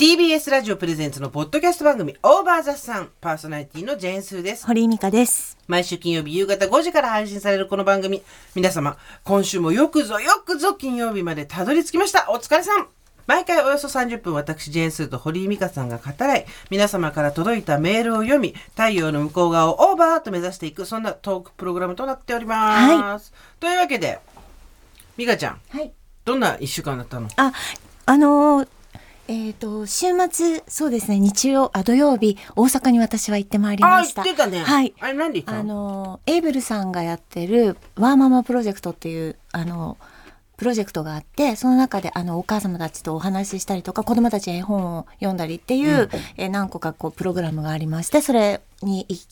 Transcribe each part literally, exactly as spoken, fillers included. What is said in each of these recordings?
ティービーエス ラジオプレゼンツのポッドキャスト番組オーバーザさん、パーソナリティのジェーンスーです。 堀井美香です。 毎週金曜日夕方ごじから配信されるこの番組、皆様今週もよくぞよくぞ金曜日までたどり着きました。お疲れさん。毎回およそさんじゅっぷん、私ジェーンスーと堀井美香さんが語らい、皆様から届いたメールを読み、太陽の向こう側をオーバーと目指していく、そんなトークプログラムとなっております、はい、というわけで美香ちゃん、はい、どんないっしゅうかんだったの？ あ、あのーえーと、週末、そうですね、日曜、あ、土曜日、大阪に私は行ってまいりました。 あ、行ってたね。 はい。 あれ何で行ったの？ あの、エイブルさんがやってるワーママプロジェクトっていう、あの、プロジェクトがあって、その中であのお母様たちとお話ししたりとか、子どもたちに絵本を読んだりっていう、うん、え何個かこうプログラムがありまして、それに行って、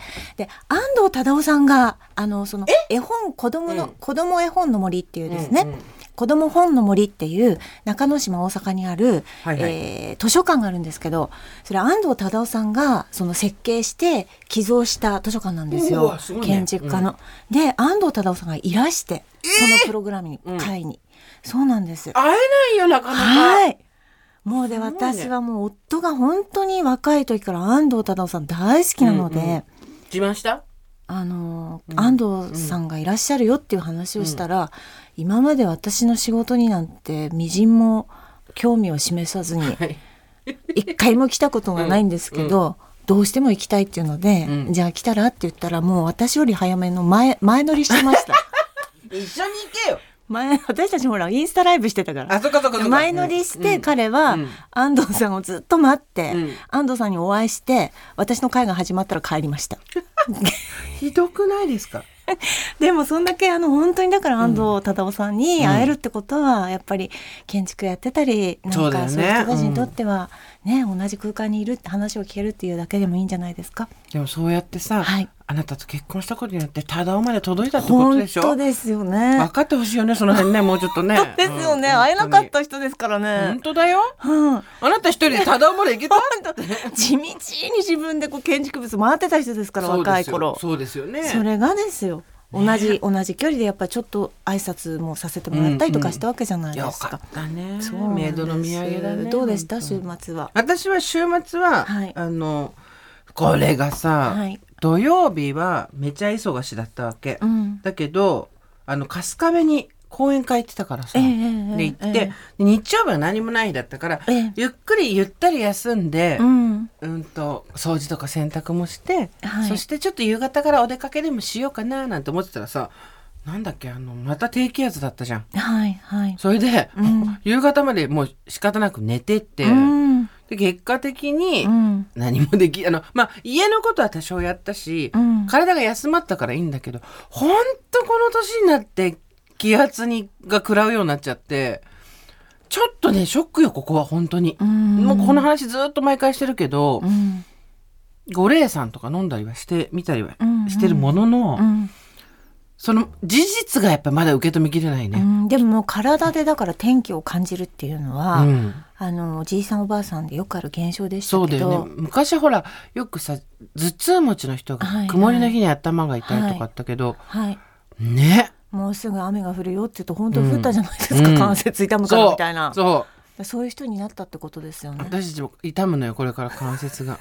で、安藤忠雄さんが、あの、その絵本、子供の、うん、子供絵本の森っていうですね、うんうん、子供本の森っていう中之島大阪にある、はいはい、えー、図書館があるんですけど、それ安藤忠雄さんがその設計して寄贈した図書館なんですよ。すごいね、建築家の、うん、で安藤忠雄さんがいらして、そのプログラムに、えー、会に、うん、そうなんです。 会えないよなかなか。 はい。もうで、私はもう夫が本当に若い時から安藤忠雄さん大好きなので、うんうん、 自慢した？ あの、うん、安藤さんがいらっしゃるよっていう話をしたら、うん、今まで私の仕事になんてみじんも興味を示さずに、はい、一回も来たことがないんですけど、うんうん、どうしても行きたいっていうので、うん、じゃあ来たらって言ったら、もう私より早めの前、前乗りしてました一緒に行けよ。 前、私たちほらインスタライブしてたから、 あ、そっかそっかそっか、 前乗りして、うん、彼は、うん、安藤さんをずっと待って、うん、安藤さんにお会いして、私の会が始まったら帰りましたひどくないですか？ でもそんだけあの本当にだから安藤忠雄さんに会えるってことは、うん、やっぱり建築やってたりなんかそういう人たちにとってはね、うん、同じ空間にいるって話を聞けるっていうだけでもいいんじゃないですか。 でもそうやってさ、はい、あなたと結婚したことによって忠雄まで届いたってことでしょ。 本当ですよね。 分かってほしいよね、その辺ね、もうちょっとね。 本当ですよね、うん、会えなかった人ですからね。 本当だよ、うん、あなた一人で忠雄まで行けた地道に自分でこう建築物回ってた人ですから、若い頃。 そうですよね。 それがですよ、同じ、ね、同じ距離でやっぱりちょっと挨拶もさせてもらったりとかしたわけじゃないですか、 うんうん、よかったね。 そうメイドの土産だね。 どうでした週末は？ 私は週末は、はい、あのこれがさ、はい、土曜日はめちゃ忙しだったわけ、うん、だけどあの春日部に講演会行ってたからさ、えー、で行って、えー、日曜日は何もない日だったから、えー、ゆっくりゆったり休んで、うんうん、と掃除とか洗濯もして、はい、そしてちょっと夕方からお出かけでもしようかななんて思ってたらさ、なんだっけ、あのまた低気圧だったじゃん、はいはい、それで、うん、夕方までもう仕方なく寝てって、うん、で結果的に何もでき、うん、あの、まあ、家のことは多少やったし、うん、体が休まったからいいんだけど、ほんとこの年になって気圧にが食らうようになっちゃって、ちょっとねショックよ、ここは本当に。もうこの話ずっと毎回してるけど、うん、ゴレーさんとか飲んだりはしてみたりはしてるものの、うんうん、その事実がやっぱりまだ受け止めきれないね、うん、 でももう体でだから天気を感じるっていうのは、うん、あのおじいさんおばあさんでよくある現象でしたけど。 そうだよね。昔ほらよくさ頭痛持ちの人が曇りの日に頭が痛いとかあったけど、はいはい、ね、 もうすぐ雨が降るよって言うと本当に降ったじゃないですか、うん、関節痛むからみたいな、そうそう、そういう人になったってことですよね。 私たちも痛むのよこれから関節が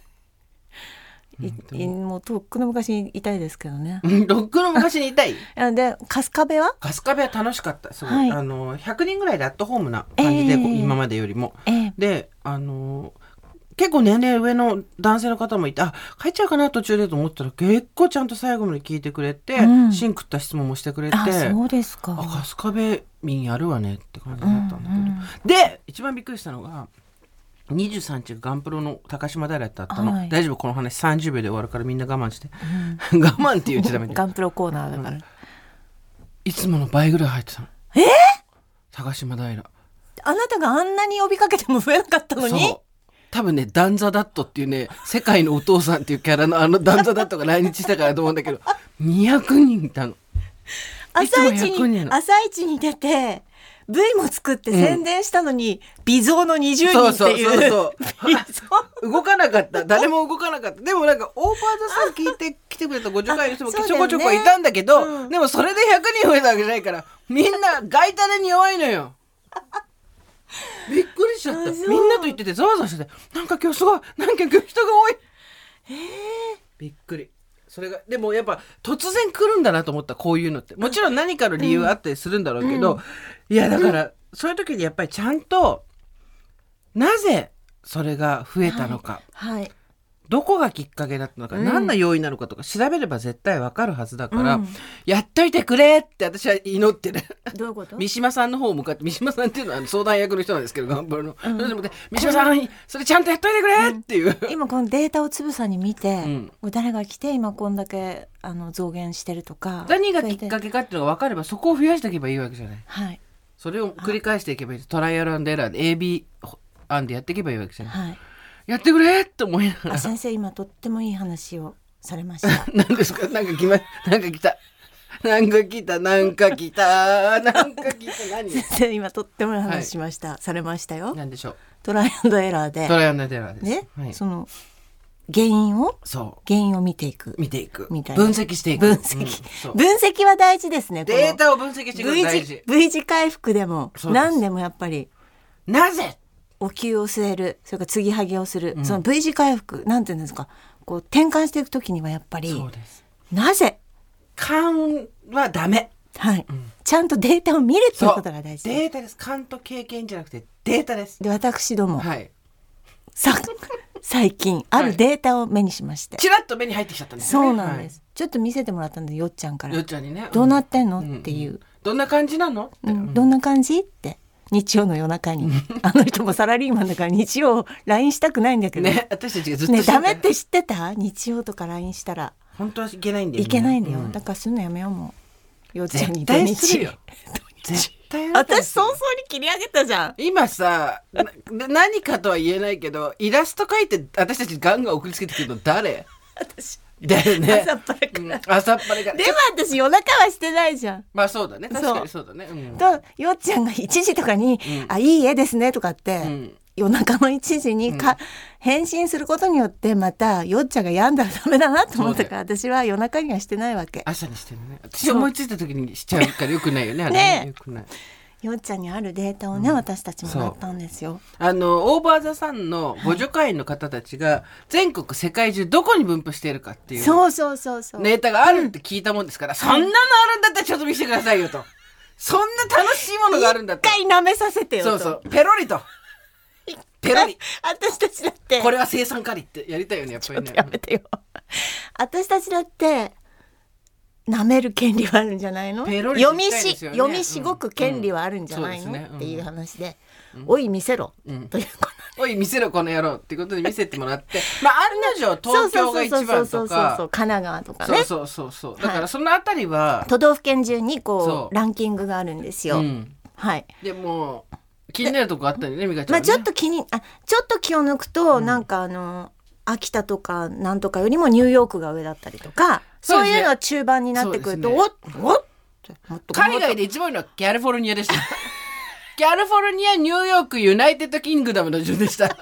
いもうとっくの昔に痛いですけどねとっくの昔に痛いで春日部は春日部は楽しかったすごい、はい、あのひゃくにんぐらいでアットホームな感じで、えー、今までよりも、えー、であの結構年齢上の男性の方もいて、あ、帰っちゃうかな途中でと思ったら結構ちゃんと最後まで聞いてくれて、うん、芯食った質問もしてくれて、あ、 そうですか。 あ、春日部民やるわねって感じだったんだけど、うんうん、で一番びっくりしたのがにじゅうさんにちがガンプロの高島平だったの、はい、大丈夫この話さんじゅうびょうで終わるからみんな我慢して、うん、我慢って言っちゃダメでガンプロコーナーだから、うん、 いつもの倍ぐらい入ってたの。 えー、 高島平。 あなたがあんなに呼びかけても増えなかったのに。 そう多分ねダンザダットっていうね世界のお父さんっていうキャラのあのダンザダットが来日したからと思うんだけどにひゃくにんいたの。 朝一に朝一に出て ブイ も作って宣伝したのに、うん、微増のにじゅうにんっていう。そうそうそう動かなかった、誰も動かなかった。でもなんかオーバーザさん聞いて来てくれたご助会の人もちょこちょこいたんだけど、うん、でもそれでひゃくにん増えたわけじゃないからみんな外タレに弱いのよびっくりしちゃった。みんなと言っててざわざわしてて、なんか今日すごい、なんか今日人が多い。 えー、 びっくり。それがでもやっぱ突然来るんだなと思った。こういうのってもちろん何かの理由あったりするんだろうけど、うん、いやだから、うん、そういう時にやっぱりちゃんとなぜそれが増えたのか、 はいはい、 どこがきっかけだったのか、うん、何の要因なのかとか調べれば絶対わかるはずだから、うん、やっといてくれって私は祈ってる。 どういうこと？ 三島さんの方を向かって、三島さんっていうのは相談役の人なんですけど、頑張るの、うん、それでも三島さんそれちゃんとやっといてくれっていう、 うん、今このデータをつぶさに見て、うん、誰が来て今こんだけあの増減してるとか、 何がきっかけかっていうのが分かればそこを増やしていけばいいわけじゃない、 はい、 それを繰り返していけばいい。トライアル&エラーで エービー 案でやっていけばいいわけじゃない、はい、やってくれって思いながら。 あ、先生今とってもいい話をされました。 何ですか？なんか来ま、なんか来たなんか来たなんか来たなんか来た何？ 先生今とってもいい話しました、はい、されましたよ。 何でしょう？ トライアンドエラーでトライアンドエラーです、 ね、 はい、 その原因をそう原因を見ていく見ていくみたいな、 分析していく、 分析、うん、分析は大事ですね。 データを分析していくの大事。 V 字回復でも何でもやっぱりなぜお灸を据える、それから継ぎはぎをする、うん、その V 字回復なんていうんですか、こう転換していくときにはやっぱりそうです。 なぜ勘はダメ、 はい、うん、ちゃんとデータを見るっていうことが大事です。 データです。勘と経験じゃなくてデータです。 で私ども、 はい、 さ最近あるデータを目にしまして、 はい、チラッと目に入ってきちゃったんですね。 そうなんです、はい、ちょっと見せてもらったんでよっちゃんから、 よっちゃんにね、うん、 どうなってんのっていう、うん、 どんな感じなのって、 うん、どんな感じって日曜の夜中にあの人もサラリーマンだから日曜 ライン したくないんだけど、 ね、私たちがずっとね、ダメって知ってた？日曜とか ライン したら本当はいけないんだよ、ね、 いけないんだよ、うん、だからすんのやめよう。もうよっちゃんに土日するよ絶対私早々に切り上げたじゃん。 今さ何かとは言えないけどイラスト描いて私たちガンガン送りつけてくるの誰？ 私だよね、 朝っぱらから、うん、 朝っぱらから。 でも私夜中はしてないじゃん。 まあそうだね、確かにそうだね、うん、 とよっちゃんがいちじとかに、うん、あいい絵ですねとかって、うん、夜中のいちじにか、うん、返信することによってまたよっちゃんが病んだらダメだなと思ったから、私は夜中にはしてないわけ。 朝にしてるね。私思いついた時にしちゃうからよくないよね。あれね、 よくない。 よっちゃんにあるデータをね、うん、私たちもらったんですよ。 あのオーバーザさんの互助会員の方たちが全国世界中どこに分布しているかっていうそうそうそうそうネタがあるって聞いたもんですから、うん、そんなのあるんだったらちょっと見せてくださいよとそんな楽しいものがあるんだったら一回舐めさせてよと。 そうそうペロリとペロリ私たちだってこれは生産カリってやりたいよね、やっぱりね。 ちょっとやめてよ私たちだって舐める権利はあるんじゃないの？読みし、ね、読みしごく権利はあるんじゃないの、うんうんねうん、っていう話で、うん、おい見せろ、うん、ということおい見せろこの野郎っていうことで見せてもらってまあ案の定東京が一番とか神奈川とかね、 そうそうそうそうだからそのあたりは、 はい、都道府県中にこうランキングがあるんですよ、うん、はいでも気になるとこあったんでね、美香ちゃんね、 まあ、ちょっと気にあちょっと気を抜くと、うん、なんかあの秋田とかなんとかよりもニューヨークが上だったりとかそういうのは中盤になってくると、ね、おっおっ海外で一番いいのはギャリフォルニアでしたギャリフォルニアニューヨークユナイテッドキングダムの順でした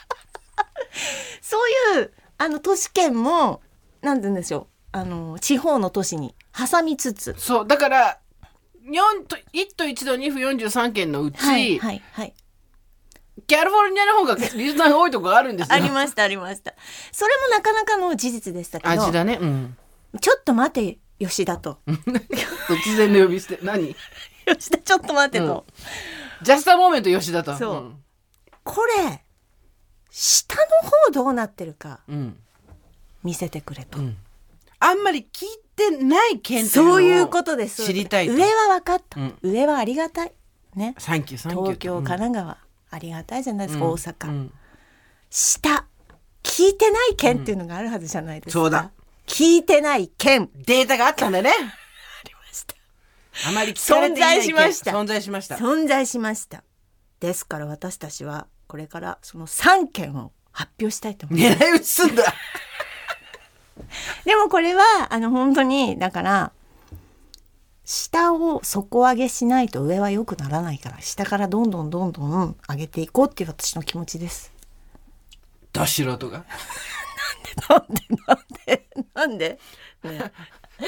そういうあの都市圏もなんて言うんでしょう、あの地方の都市に挟みつつ、 そうだからよんといち都いち都に府よんじゅうさん県のうち、 はいはいはい、 ギャリフォルニアの方がリスナーが多いところがあるんですよありましたありました。それもなかなかの事実でしたけど、 味だね、うん、ちょっと待て吉田と突然の呼び捨て何吉田ちょっと待てと、 うん、ジャスタモーメント吉田とそう、うん、これ下の方どうなってるか、うん、見せてくれと、うん、 あんまり聞いてない県とそういうことです。 知りたいと。 上は分かった、うん、上はありがたいね、 サンキューサンキュー東京神奈川、うん、ありがたいじゃないですか、うん、大阪、うん、下聞いてない県っていうのがあるはずじゃないですか、うん、そうだ聞いてない県データがあったんだねありました。 あまり聞かれていない県存在しました存在しました存在しましたですから私たちはこれからそのさん県を発表したいと思います。 狙い撃ちすんだでもこれはあの本当にだから下を底上げしないと上は良くならないから、下からどんどんどんどん上げていこうっていう私の気持ちです。 ど素人がなんでなんでなんでなんで、ね、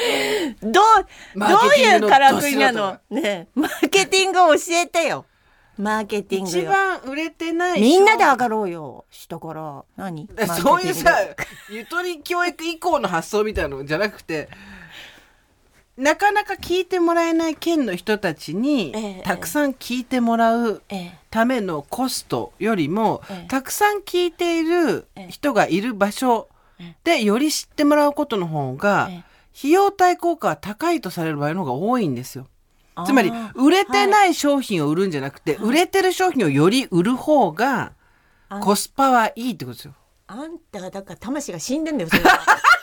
どうどういうからくりなのねえマーケティングを教えてよ。 マーケティングよ。 一番売れてないみんなで上がろうよ下から何そういうさゆとり教育以降の発想みたいなのじゃなくて、なかなか聞いてもらえない県の人たちに、ええ、たくさん聞いてもらうためのコストよりも、ええ、たくさん聞いている人がいる場所でより知ってもらうことの方が、ええ、費用対効果は高いとされる場合の方が多いんですよ。つまり売れてない商品を売るんじゃなくて、はい、売れてる商品をより売る方がコスパはいいってことですよ。 あんただから魂が死んでんだよそれは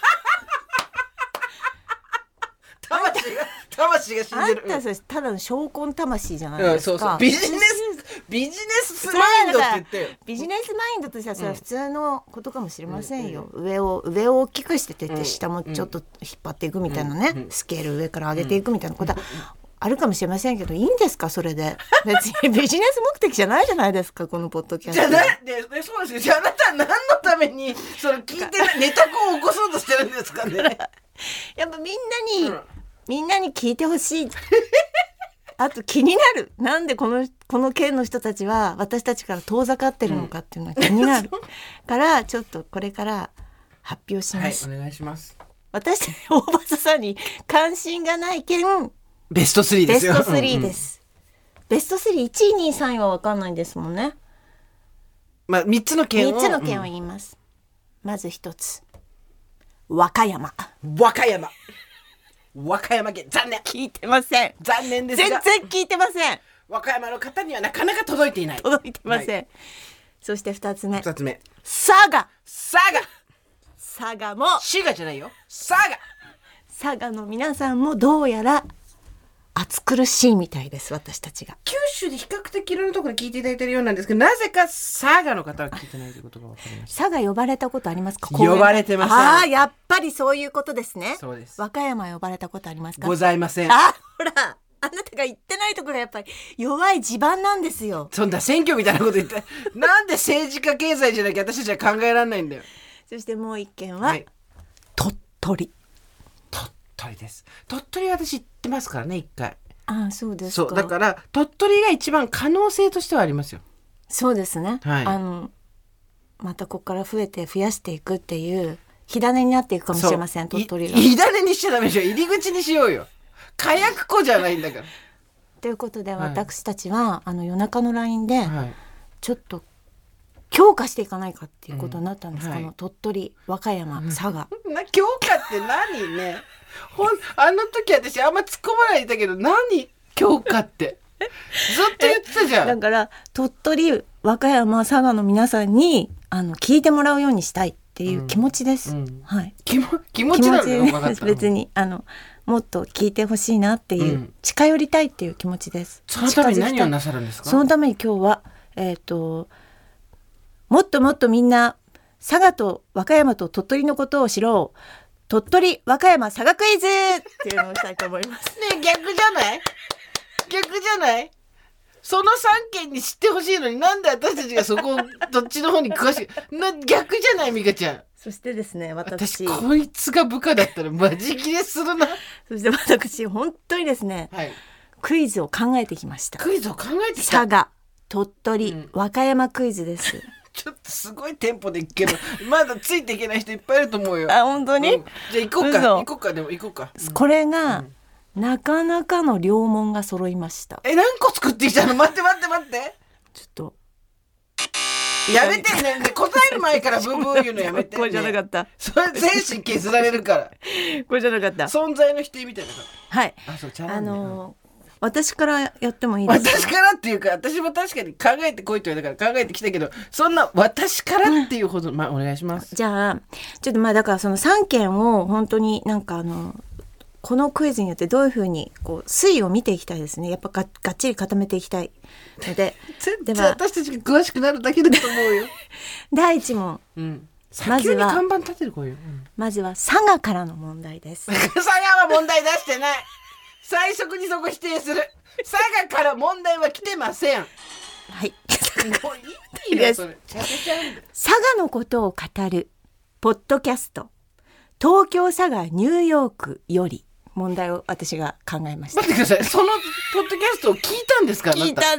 魂が魂が死んでる。 あんたそただの証拠魂じゃないですか、うん、そうそうビジネスビジネスマインドって言ってよ。 ビジネスマインドとしてはそれは普通のことかもしれませんよ、うん、上を上を大きくしてって言って、うん、下もちょっと引っ張っていくみたいなね、うん、スケール上から上げていくみたいなことはあるかもしれませんけど、いいんですかそれで。別にビジネス目的じゃないじゃないですかこのポッドキャスト。 じゃないで、そうですよ。じゃああなたは何のためにその聞いてネタを起こそうとしてるんですかね。 やっぱみんなに、うん、みんなに聞いてほしい。あと気になる。なんでこのこの県の人たちは私たちから遠ざかってるのかっていうのは気になる、うん、からちょっとこれから発表します。 はい、お願いします。 私大場さんに関心がない県ベストスリーですよ。 ベストスリーです、うんうん、ベストスリーいちいにいさんいは分かんないんですもんね。 まあみっつの県をみっつの県を言います、うん、まずひとつ和歌山。 和歌山和歌山県残念。 聞いてません。 残念ですが全然聞いてません。 和歌山の方にはなかなか届いていない。 届いてません、はい、そしてふたつめふたつめ佐賀。 佐賀佐賀も滋賀じゃないよ。佐賀佐賀の皆さんもどうやら暑苦しいみたいです。私たちが九州で比較的いろんなところで聞いていただいているようなんですけど、なぜか佐賀の方は聞いてないということが分かりました。 佐賀呼ばれたことありますか？ 呼ばれてません。 ああやっぱりそういうことですね。 そうです。 和歌山呼ばれたことありますか？ ございません。 あほらあなたが言ってないところがやっぱり弱い地盤なんですよ。 そんな選挙みたいなこと言ってなんで政治家経済じゃなきゃ私たちは考えられないんだよ。 そしてもう一件は、はい、鳥取。 鳥取です。鳥取は私行ってますからね一回。 ああそうですか。 そうだから鳥取が一番可能性としてはありますよ。 そうですね、 はい、 あのまたここから増えて増やしていくっていう火種になっていくかもしれません。鳥取が火種にしちゃダメでしょ。入り口にしようよ。火薬庫じゃないんだから。 ということで、はい、私たちはあの夜中の ライン で、 はい、 ちょっと強化していかないかっていうことになったんです、うんはい、この鳥取和歌山佐賀な強化って何ねほんあの時私あんま突っ込まないんだけど何強化ってずっと言ってたじゃん。 だから鳥取和歌山佐賀の皆さんにあの聞いてもらうようにしたいっていう気持ちです、 うんうんはい、 気も気持ちなのよ。分かった。 別にあのもっと聞いてほしいなっていう、うん、近寄りたいっていう気持ちです。 そのために何をなさるんですか？ そのために今日は、えーと、もっともっとみんな佐賀と和歌山と鳥取のことを知ろう鳥取和歌山佐賀クイズっていうのをしたいと思いますねえ逆じゃない逆じゃないそのさん県に知ってほしいのになんで私たちがそこどっちの方に詳しいな逆じゃない美香ちゃん。 そしてですね 私, 私こいつが部下だったらマジ切れするな。 そして私本当にですね、 はい、 クイズを考えてきました。 クイズを考えてきた。 佐賀鳥取、うん、和歌山クイズですちょっとすごいテンポでいくけどまだついていけない人いっぱいいると思うよ。 あ本当に、 うん、じゃあ行こうか行こうかでも行こうか、 うん、これが、うん、なかなかの両門が揃いました。 え何個作ってきたの？待って待って待ってちょっとやめてね答える前からブーブー言うのやめて、ね、 これじゃなかった。 それ精神削られるからこれじゃなかった。 存在の否定みたいなから。 はいあそうちゃう、ね、あのー、私からやってもいいですか？ 私からっていうか私も確かに考えてこいと言われたから考えてきたけどそんな私からっていうほど、うん、まあお願いします。 じゃあちょっとまあだからそのさん県を本当になんかあのこのクイズによってどういうふうにこう推移を見ていきたいですね。やっぱ が, がっちり固めていきたいので全然私たちが詳しくなるだけだと思うよだいいち問、 うん、まずは看板立てる子よ、うん、 まずは佐賀からの問題です佐賀は問題出してない最初にそこ否定する佐賀から問題は来てませんはいもういいよそれ佐賀のことを語るポッドキャスト東京佐賀ニューヨークより問題を私が考えました。 待ってくださいそのポッドキャストを聞いたんですか？ 聞いたんです。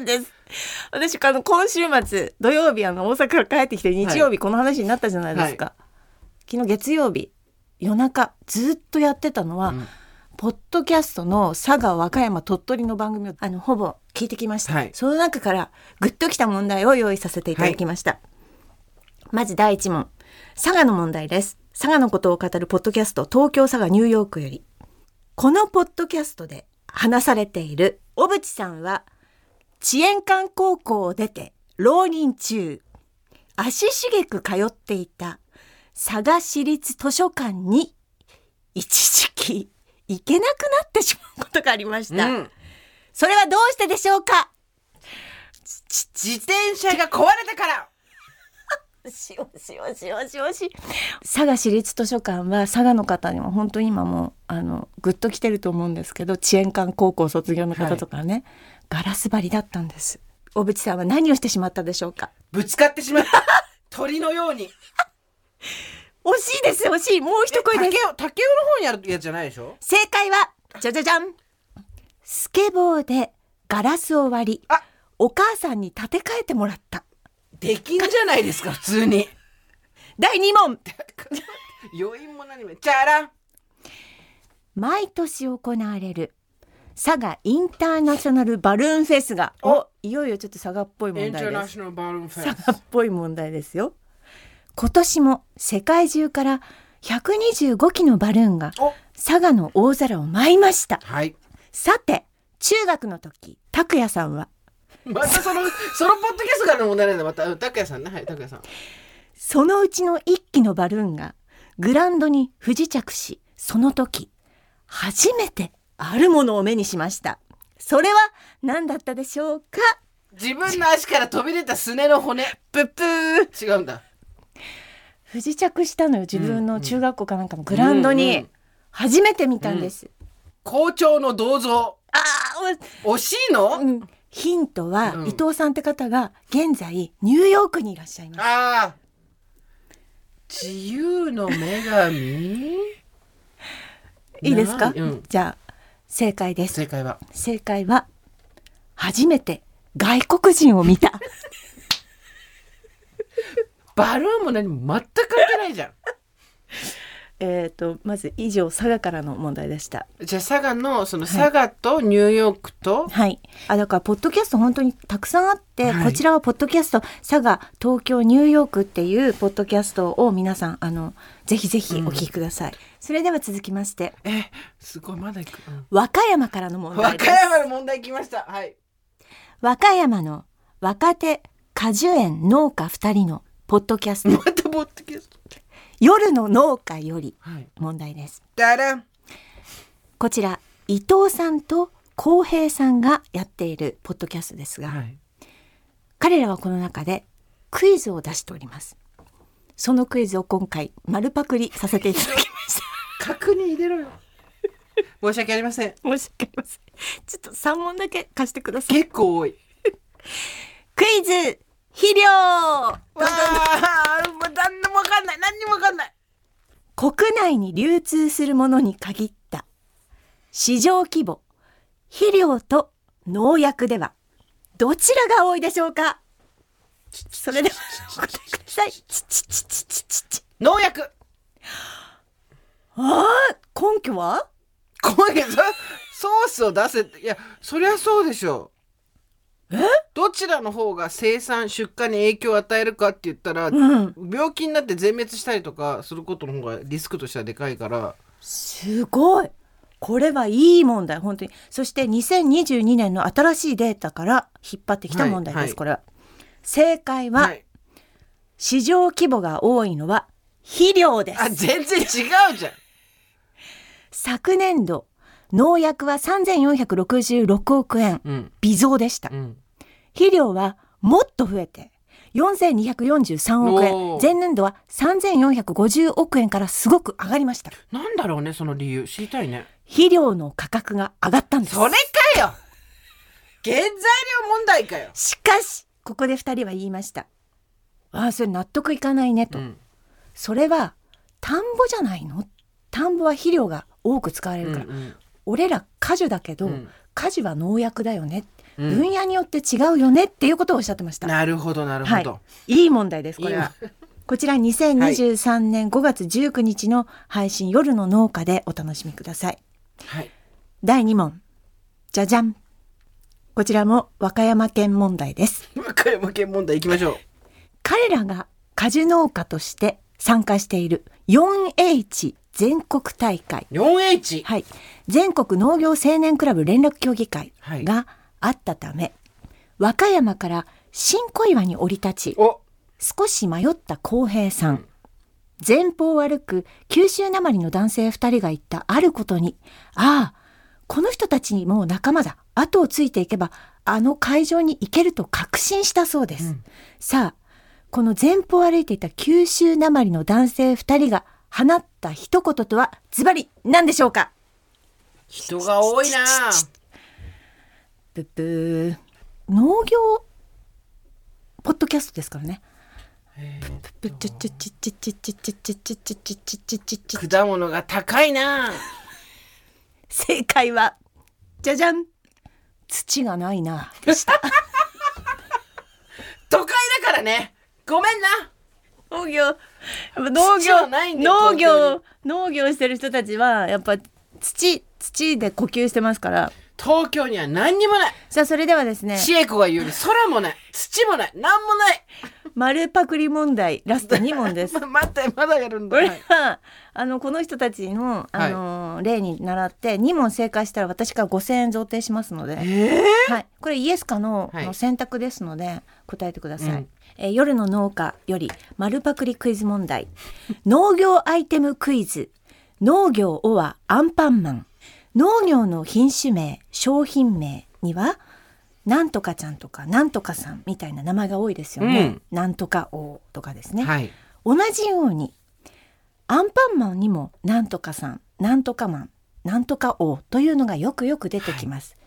私あの今週末土曜日あの大阪から帰ってきて日曜日この話になったじゃないですか、はい、昨日月曜日夜中ずっとやってたのは、うん、ポッドキャストの佐賀和歌山鳥取の番組をあのほぼ聞いてきました、はい、その中からグッときた問題を用意させていただきました、はい、まずだいいち問、佐賀の問題です。佐賀のことを語るポッドキャスト東京佐賀ニューヨークより、このポッドキャストで話されている小渕さんは遅延館高校を出て浪人中、足しげく通っていた佐賀市立図書館に一時期行けなくなってしまうことがありました、うん、それはどうしてでしょうか。 自転車が壊れたからしおしおしおしおし。佐賀市立図書館は佐賀の方にも本当に今もあのグッと来てると思うんですけど、遅延館高校卒業の方とかね、はい、ガラス張りだったんです。小渕さんは何をしてしまったでしょうか。 ぶつかってしまった鳥のように惜しいです惜しい。もう一声です。 竹雄の方にあるやつじゃないでしょ。 正解はじゃじゃじゃん、スケボーでガラスを割りお母さんに立て替えてもらった。 できんじゃないですか普通に。 だいに問余韻も何もチャラ。 毎年行われる佐賀インターナショナルバルーンフェスがおいよいよちょっと佐賀っぽい問題です。インターナショナルバルーンフェス、佐賀っぽい問題ですよ。今年も世界中からひゃくにじゅうごきのバルーンが佐賀の大空を舞いました、 はい、 さて中学の時拓也さんはまたそのそのポッドキャストからの問題なんだ。また拓也さんね。はい、拓也さん。 そのうちの一機のバルーンがグラウンドに不時着し、その時初めてあるものを目にしました。それは何だったでしょうか。 自分の足から飛び出たすねの骨。 プップー。 違うんだ。 不時着したのよ。自分の中学校かなんかのグラウンドに初めて見たんです、うんうん、 校長の銅像。あー惜しいの、うん、 ヒントは、うん、伊藤さんって方が現在ニューヨークにいらっしゃいます。 あ自由の女神いいですか、うん、じゃあ正解です。 正解は正解は初めて外国人を見たバルーンも何も全く関係ないじゃんえーとまず以上佐賀からの問題でした。 じゃあ佐賀のその佐賀とニューヨークと、 はい、はい、あだからポッドキャスト本当にたくさんあって、はい、こちらはポッドキャスト佐賀東京ニューヨークっていうポッドキャストを皆さんあのぜひぜひお聞きください、うん、それでは続きましてえすごいまだ行く、うん、 和歌山からの問題です。 和歌山の問題来ました、はい、 和歌山の若手果樹園農家ふたりのポッドキャスト。 またポッドキャスト。 夜の農家より問題です、 はい、だらんこちら伊藤さんと浩平さんがやっているポッドキャストですが、はい、彼らはこの中でクイズを出しております。そのクイズを今回丸パクリさせていただきました確認入れろよ申し訳ありません。 申し訳ありません。ちょっとさん問だけ貸してください。 結構多いクイズ肥料。わあ何にもわかんない何にもわかんない。 国内に流通するものに限った市場規模肥料と農薬ではどちらが多いでしょうか。それではお答えください。 農薬。ああ根拠は根拠ソースを出せ。いやそりゃそうでしょう。えどちらの方が生産出荷に影響を与えるかって言ったら、うん、病気になって全滅したりとかすることの方がリスクとしてはでかいから。 すごいこれはいい問題本当に。そしてにせんにじゅうにねんの新しいデータから引っ張ってきた問題です、はいはい、これは正解は、はい、市場規模が多いのは肥料です。 あ全然違うじゃん昨年度農薬はさんぜんよんひゃくろくじゅうろくおくえん、うん、微増でした、うん、肥料はもっと増えてよんせんにひゃくよんじゅうさんおくえん、前年度はさんぜんよんひゃくごじゅうおくえんからすごく上がりました。 なんだろうねその理由知りたいね。 肥料の価格が上がったんです。 それかよ原材料問題かよ。 しかしここでふたりは言いました。ああそれ納得いかないねと、うん、それは田んぼじゃないの。田んぼは肥料が多く使われるから、うんうん、俺ら果樹だけど、うん、果樹は農薬だよね、 分野によって違うよねっていうことをおっしゃってました。 なるほどなるほど、 はい、いい問題ですこれは。いいこちらにせんにじゅうさんねんごがつじゅうくにちの配信、夜の農家でお楽しみください。 はい、 だいに問、じゃじゃん。こちらも和歌山県問題です。 和歌山県問題いきましょう。 彼らが果樹農家として参加している フォーエイチ 全国大会、 フォーエイチ、 はい、全国農業青年クラブ連絡協議会があったため、はい、和歌山から新小岩に降り立ち、少し迷った浩平さん、うん、前方を歩く九州なまりの男性ふたりが言ったあることに、ああこの人たちにもう仲間だ、後をついていけばあの会場に行けると確信したそうです、うん、さあこの前方を歩いていた九州なまりの男性ふたりが放った一言とはズバリ何でしょうか。 人が多いな。 ブッブー。農業ポッドキャストですからね。 果物が高いな。 正解はじゃじゃん、土がないなでした。 都会だからね、ごめんな。 農業農業農業農業してる人たちはやっぱ土土で呼吸してますから。 東京には何にもない。 さあそれではですね、 千恵子が言うより空もない、土もない、何もない。 丸パクリ問題ラストに問です。 待って、まだやるんだ。 これはあのこの人たちの、あのーはい、例に倣ってに問正解したら私からごせんえん贈呈しますので、 えーはい、これイエスかノーの選択ですので答えてください、うん。えー、夜の農家より丸パクリクイズ問題。農業アイテムクイズ。農業おはアンパンマン。農業の品種名、商品名にはなんとかちゃんとかなんとかさんみたいな名前が多いですよね、うん、なんとか王とかですね、はい、同じようにアンパンマンにもなんとかさん、なんとかマン、なんとか王というのがよくよく出てきます、はい、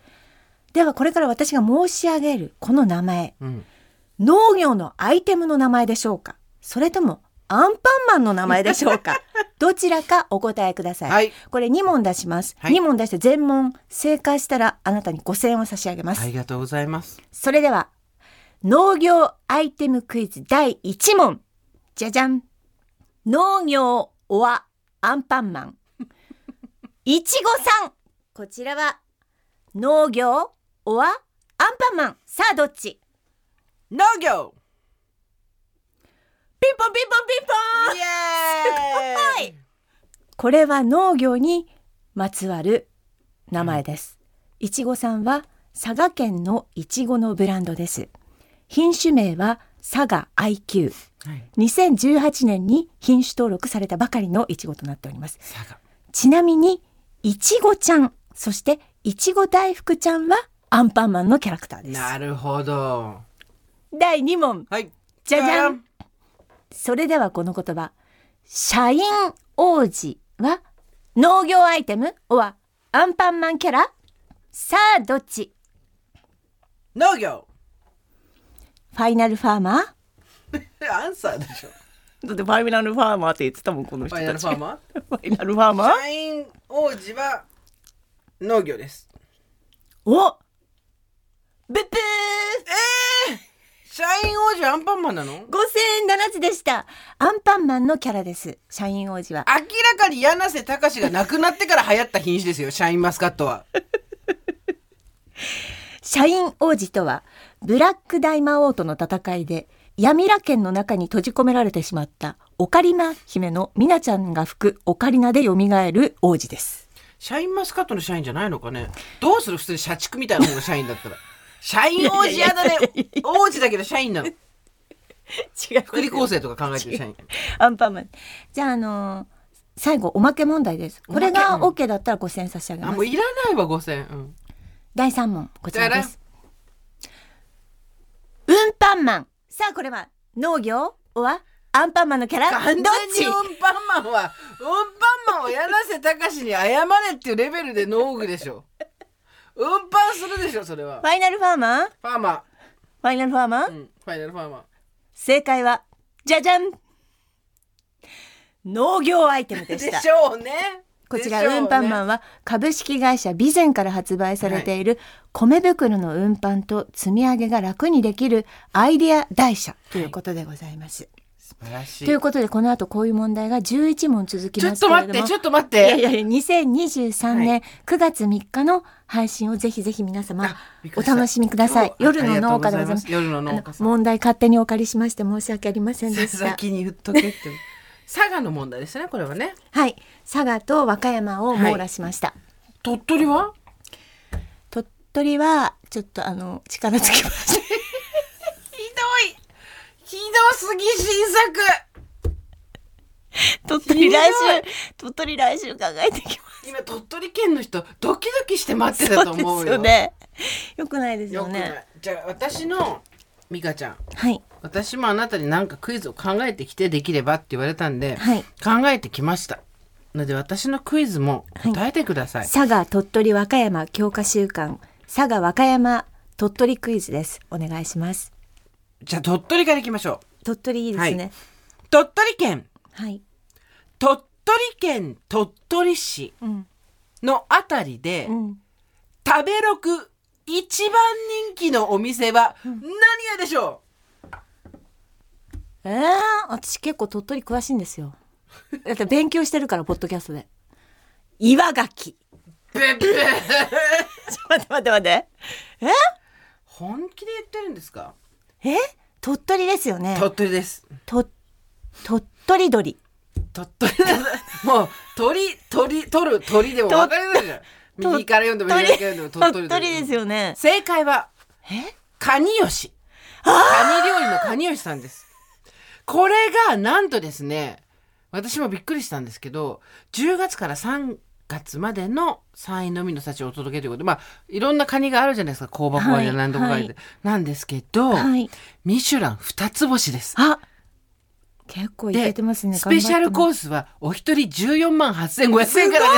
ではこれから私が申し上げるこの名前、うん、農業のアイテムの名前でしょうか、それともアンパンマンの名前でしょうか。どちらかお答えください、はい、これに問出します、はい、に問出して全問正解したらあなたにごせんえんを差し上げます。 ありがとうございます。 それでは農業アイテムクイズだいいち問、じゃじゃん。農業おはアンパンマン。いちごさん、こちらは農業おはアンパンマン。さあどっち？ 農業。 ピンポンピンポンピンポン。 イエーイ。すごい。 これは農業にまつわる名前です、うん、いちごさんは佐賀県のいちごのブランドです。品種名は佐賀 アイキュー、はい、にせんじゅうはちねんに品種登録されたばかりのいちごとなっております。ちなみにいちごちゃん、そしていちご大福ちゃんはアンパンマンのキャラクターです。 なるほど。 だいに問、 はい、 じゃじゃん。それではこの言葉、シャイン王子は農業アイテムおはアンパンマンキャラ。さあどっち？ 農業。 ファイナルファーマーアンサーでしょ。 だってファイナルファーマーって言ってたもんこの人たち。 ファイナルファーマーファイナルファーマー。 シャイン王子は農業です。 おブッブー。 えーシャイン王子はアンパンマンなの？ ごせんえんななつでした。アンパンマンのキャラです。シャイン王子は明らかに柳瀬隆が亡くなってから流行った品種ですよ。シャインマスカットは。 シャイン王子とはブラック大魔王との戦いで闇ラ剣の中に閉じ込められてしまったオカリナ姫のミナちゃんが吹くオカリナで蘇る王子です。 シャインマスカットのシャインじゃないのかね。どうする普通に社畜みたいな方がシャインだったら。シャイン王子やだね。王子だけどシャインなの。違う。福利厚生とか考えてるシャイン。 アンパンマン。じゃあ、あのー、最後おまけ問題です。これが OK だったらごせんえん差し上げます。 あ、もういらないわごせんえん、うん、 だいさん問こちらです。運パンマン。さあこれは農業おはアンパンマンのキャラ。 完全に運パンマンは運パンマンは柳瀬隆に謝れっていうレベルで農具でしょ。運搬するでしょそれは。 ファイナルファーマー。 ファーマー。 ファイナルファーマー、うん、 ファイナルファーマー。 正解はじゃじゃん、農業アイテムでした。 でしょうね。 こちら、ね、運搬マンは株式会社備前から発売されている米袋の運搬と積み上げが楽にできるアイデア台車ということでございます、はい、 素晴らしい。 ということでこの後こういう問題がじゅういち問続きますけれども、 ちょっと待ってちょっと待って、 いやいやにせんにじゅうさんねんくがつみっかの配信をぜひぜひ皆様お楽しみください。夜の農家でございます。 夜の農家さん、 問題勝手にお借りしまして申し訳ありませんでした。 先に言っとけって佐賀の問題ですね、これはね。 はい、佐賀と和歌山を網羅しました、はい、 鳥取は鳥取はちょっとあの力尽きましたひどいひどすぎ新作鳥取来週鳥取来週考えてきます。 今鳥取県の人ドキドキして待ってたと思うよ。 そうですよね。よくないですよね。よくない。 じゃあ私の美香ちゃん、 はい、 私もあなたに何かクイズを考えてきてできればって言われたんで、 はい、 考えてきましたので私のクイズも答えてください、 はい、佐賀鳥取和歌山教科週間佐賀和歌山鳥取クイズです。お願いします。 じゃあ鳥取からいきましょう。 鳥取いいですね、はい、 鳥取県、 はい、 鳥取県鳥取市のあたりで、うん、食べログ一番人気のお店は何屋でしょう、 うん、えー、私結構鳥取詳しいんですよ。だって勉強してるからポッドキャストで。岩牡蠣ブッブー待って待って待ってえ本気で言ってるんですか。 え鳥取ですよね。 鳥取です。 と鳥取鳥鳥取もう鳥鳥取る鳥でも分かりますじゃん。右から読んでも左から読んでも鳥取鳥取ですよね。 正解はえカニヨシ、カニ料理のカニヨシさんです。これがなんとですね、私もびっくりしたんですけど、じゅうがつからさんがつまでの山陰のみの幸をお届けということで、まあいろんなカニがあるじゃないですか、香箱カニや何とかカニで、はい、なんですけど、はい、ミシュラン二つ星です。 あ、結構いけてますね。 スペシャルコースはお一人じゅうよんまんはっせんごひゃくえんからです。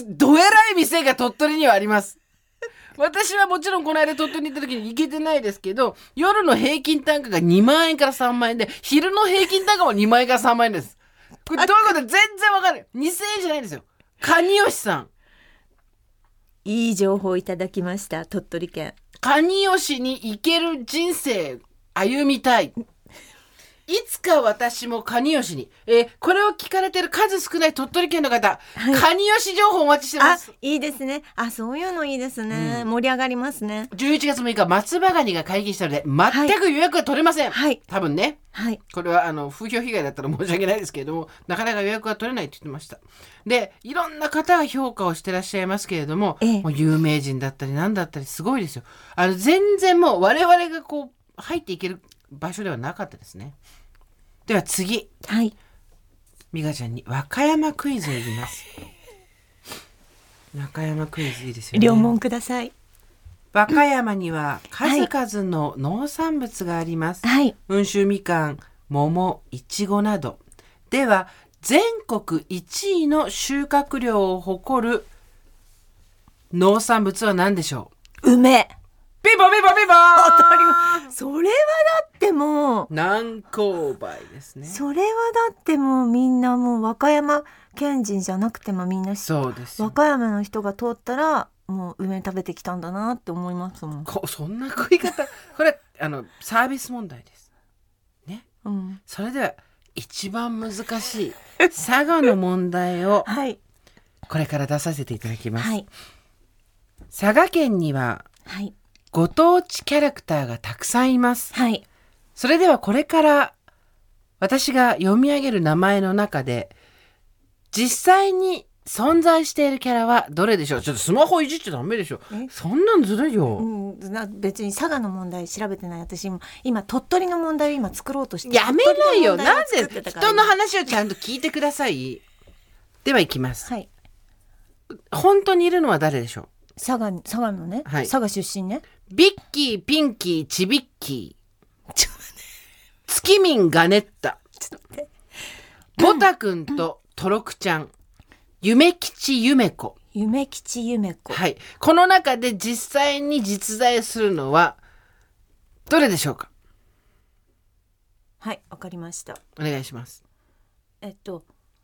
どえらい店が鳥取にはあります。私はもちろんこの間鳥取に行った時に行けてないですけど、夜の平均単価がにまんえんからさんまんえんで、昼の平均単価もにまんえんからさんまんえんです。これどういうこと全然わかんない。にせんえんじゃないんですよ。カニヨシさん、 いい情報いただきました。鳥取県カニヨシに行ける人生歩みたい。いつか私もカニヨシに、えー、これを聞かれてる数少ない鳥取県の方、はい、カニヨシ情報お待ちしてます。 あ、いいですね。あ、そういうのいいですね、うん、盛り上がりますね。 じゅういちがつむいか松葉ガニが解禁したので全く予約が取れません、はい、多分ね、はい、これはあの風評被害だったら申し訳ないですけれども、なかなか予約が取れないって言ってました。で、いろんな方が評価をしてらっしゃいますけれども、ええ、もう有名人だったり何だったりすごいですよ。あの全然もう我々がこう入っていける場所ではなかったですね。では次、はい、美香ちゃんに和歌山クイズを言います。和歌山クイズいいですよね。 両問ください。 和歌山には数々の農産物があります、はい、温州みかん、桃、いちごなど。では全国いちいの収穫量を誇る農産物は何でしょう。梅。 ピンポンピンポンピンポン。 当たり前。それはだってもう南高梅ですね。 それはだってもうみんなもう和歌山県人じゃなくてもみんなそうですよ。 和歌山の人が通ったらもう梅食べてきたんだなって思いますもん。 こそんな食い方これあのサービス問題ですね、うん、それでは一番難しい佐賀の問題をこれから出させていただきます、はい、佐賀県には、はい、ご当地キャラクターがたくさんいます、はい、それではこれから私が読み上げる名前の中で実際に存在しているキャラはどれでしょう。ちょっとスマホいじっちゃダメでしょ。そんなんずるいよ、うん、 な別に佐賀の問題調べてない私も今鳥取の問題を今作ろうとしてやめないよ。なぜ人の話をちゃんと聞いてください。ではいきます、はい、本当にいるのは誰でしょう。 佐賀、佐賀のね、はい、佐賀出身ね。 ビッキー、ピンキー、チビッキー、月民ガネッタ、ボタくんとトロクちゃん、夢吉夢子。 夢吉夢子。 はい。この中で実際に実在するのはどれでしょうか。 はい、わかりました。 お願いします。 えっと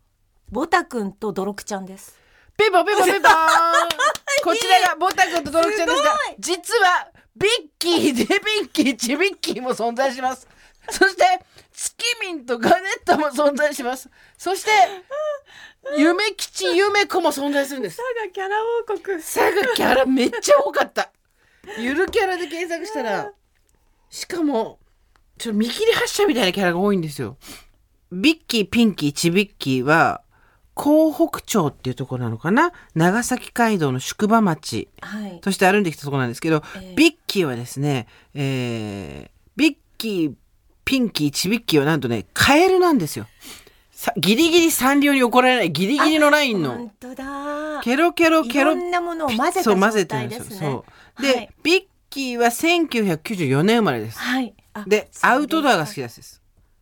ボタくんとドロクちゃんです。 ピンポンピンポンピンポンこちらがボタくんとドロクちゃんですが、実はビッキー、デビッキー、チビッキーも存在します。そしてツキミンとガネットも存在します。そして夢吉、夢子も存在するんです。 佐賀キャラ王国。 佐賀キャラめっちゃ多かった。ゆるキャラで検索したら、しかもちょっと見切り発車みたいなキャラが多いんですよ。ビッキー、ピンキー、チビッキーは江北町っていうところなのかな、長崎街道の宿場町として歩んできたところなんですけど、はい、ビッキーはですね、えー、ビッキー、ピンキー、チビッキーはなんとね、カエルなんですよ。さギリギリサンリオに怒られないギリギリのラインの本当だ、 ケロケロケロ、 いろんなものを混ぜた状態ですね。 そうで、はい、ビッキーはせんきゅうひゃくきゅうじゅうよねん生まれです。 はい、 でアウトドアが好きです。